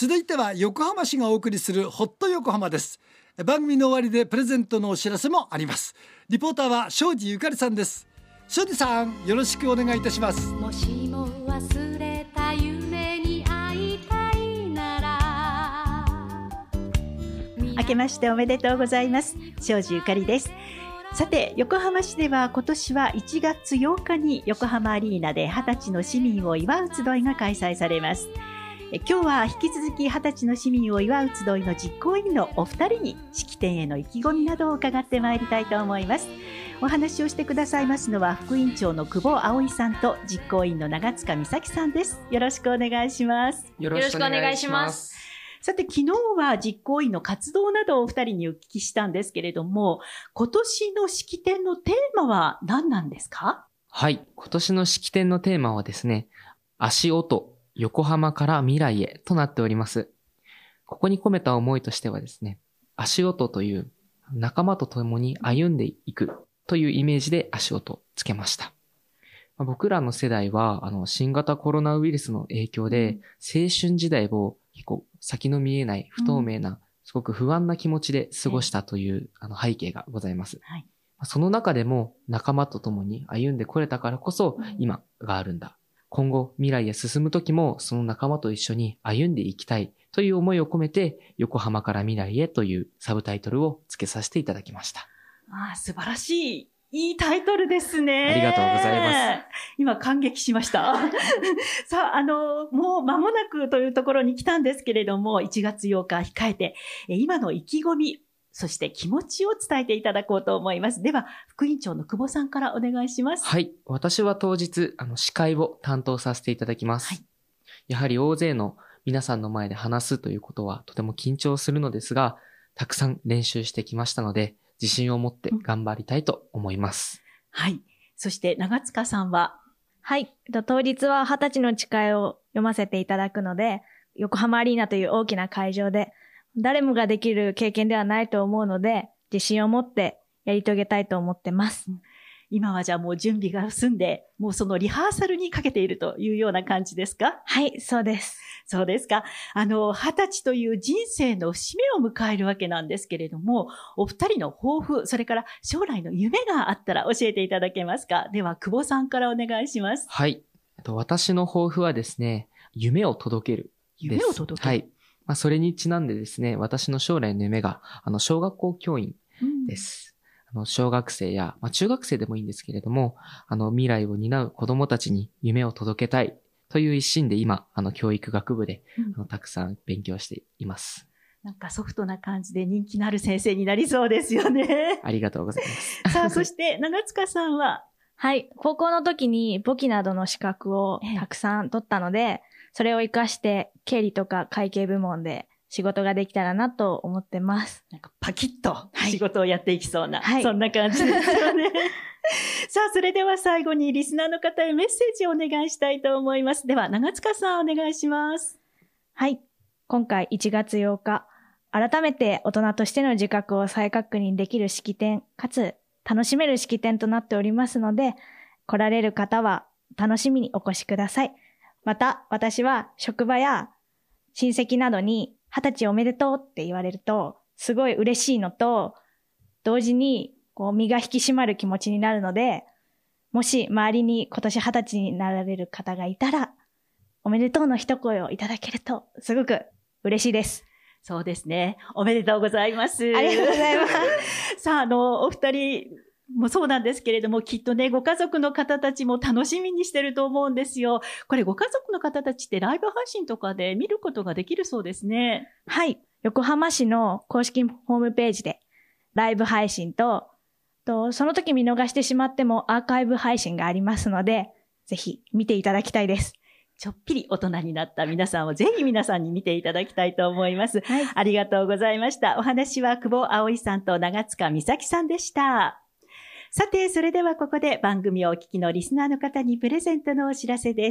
続いては横浜市がお送りするホット横浜です。番組の終わりでプレゼントのお知らせもあります。リポーターは庄司ゆかりさんです。庄司さん、よろしくお願いいたします。 もしも忘れた夢に会いたいなら。 明けましておめでとうございます。庄司ゆかりです。さて、横浜市では今年は1月8日に横浜アリーナで20歳の市民を祝う集いが開催されます。今日は引き続き20歳の市民を祝う集いの実行委員のお二人に式典への意気込みなどを伺ってまいりたいと思います。お話をしてくださいますのは副委員長の久保葵さんと実行委員の長塚美咲さんです。よろしくお願いします。 よろしくお願いします。 さて、昨日は実行委員の活動などをお二人にお聞きしたんですけれども、今年の式典のテーマは何なんですか？ はい、今年の式典のテーマはですね、足音、横浜から未来へとなっております。ここに込めた思いとしてはですね、足音という仲間と共に歩んでいくというイメージで足音をつけました。僕らの世代は新型コロナウイルスの影響で青春時代を結構先の見えない不透明な、すごく不安な気持ちで過ごしたという背景がございます。はい、その中でも仲間と共に歩んでこれたからこそ今があるんだ。今後未来へ進む時もその仲間と一緒に歩んでいきたいという思いを込めて横浜から未来へというサブタイトルを付けさせていただきました。 素晴らしい。いいタイトルですね。 ありがとうございます。 今感激しました。さあ、もう間もなくというところに来たんですけれども、1月8日控えて、今の意気込み、そして気持ちを伝えていただこうと思います。では、副委員長の久保さんからお願いします。 はい。私は当日、司会を担当させていただきます。はい、やはり大勢の皆さんの前で話すということはとても緊張するのですが、たくさん練習してきましたので、自信を持って頑張りたいと思います。 はい。そして長塚さんは？ はい。当日は20歳の誓いを読ませていただくので、横浜アリーナという大きな会場で、誰もができる経験ではないと思うので、自信を持ってやり遂げたいと思ってます。 今はじゃあもう準備が済んで、もうそのリハーサルにかけているというような感じですか？ はい、そうです。 そうですか。20歳という人生の節目を迎えるわけなんですけれども、お二人の抱負、それから将来の夢があったら教えていただけますか？では、久保さんからお願いします。 はい。私の抱負はですね、夢を届けるです。 夢を届ける。 はい。それにちなんでですね、私の将来の夢が、小学校教員です。小学生や、中学生でもいいんですけれども、未来を担う子供たちに夢を届けたいという一心で今、教育学部で、たくさん勉強しています。 なんかソフトな感じで人気のある先生になりそうですよね。 ありがとうございます。 さあ、そして長塚さんは？ はい。高校の時に簿記などの資格をたくさん取ったので、それを活かして経理とか会計部門で仕事ができたらなと思ってます。 なんかパキッと仕事をやっていきそうな、 はい、 そんな感じですよね。さあ、それでは最後にリスナーの方へメッセージをお願いしたいと思います。では、長塚さんお願いします。 はい。今回1月8日、改めて大人としての自覚を再確認できる式典、かつ楽しめる式典となっておりますので、来られる方は楽しみにお越しください。また、私は職場や親戚などに20歳おめでとうって言われると、すごい嬉しいのと、同時に身が引き締まる気持ちになるので、もし周りに今年20歳になられる方がいたら、おめでとうの一声をいただけると、すごく嬉しいです。 そうですね。おめでとうございます。 ありがとうございます。 さあ、お二人もそうなんですけれども、きっとね、ご家族の方たちも楽しみにしてると思うんですよ。これ、ご家族の方たちってライブ配信とかで見ることができるそうですね。 はい。横浜市の公式ホームページでライブ配信と、その時見逃してしまってもアーカイブ配信がありますので、ぜひ見ていただきたいです。 ちょっぴり大人になった皆さんをぜひ皆さんに見ていただきたいと思います。 はい、 ありがとうございました。お話は久保葵さんと長塚美咲さんでした。さて、それではここで番組をお聞きのリスナーの方にプレゼントのお知らせです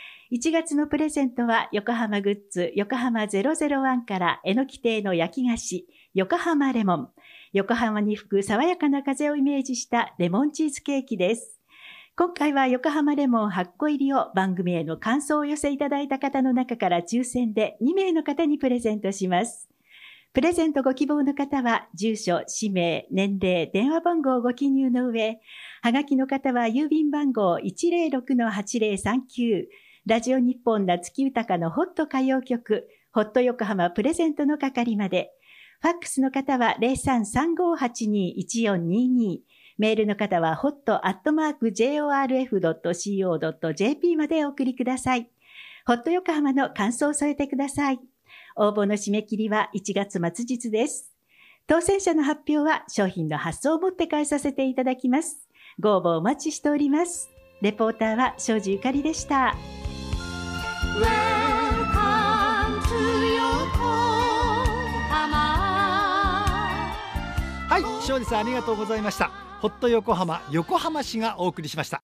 。1月のプレゼントは横浜グッズ横浜001からえのき亭の焼き菓子横浜レモン。横浜に吹く爽やかな風をイメージしたレモンチーズケーキです。 今回は横浜レモン8個入りを番組への感想をお寄せいただいた方の中から抽選で2名の方にプレゼントします。プレゼントご希望の方は住所、氏名、年齢、電話番号をご記入の上、はがきの方は郵便番号 106-8039 ラジオ日本夏木豊のホット歌謡曲ホット横浜プレゼントの係まで。ファックスの方は 0335821422。メールの方は hot@jorf.co.jp までお送りください。ホット横浜の感想を添えてください。応募の締め切りは1月末日です。当選者の発表は商品の発送をもって返させていただきます。ご応募お待ちしております。レポーターは庄司ゆかりでした。 はい、庄司さんありがとうございました。ホット横浜、横浜市がお送りしました。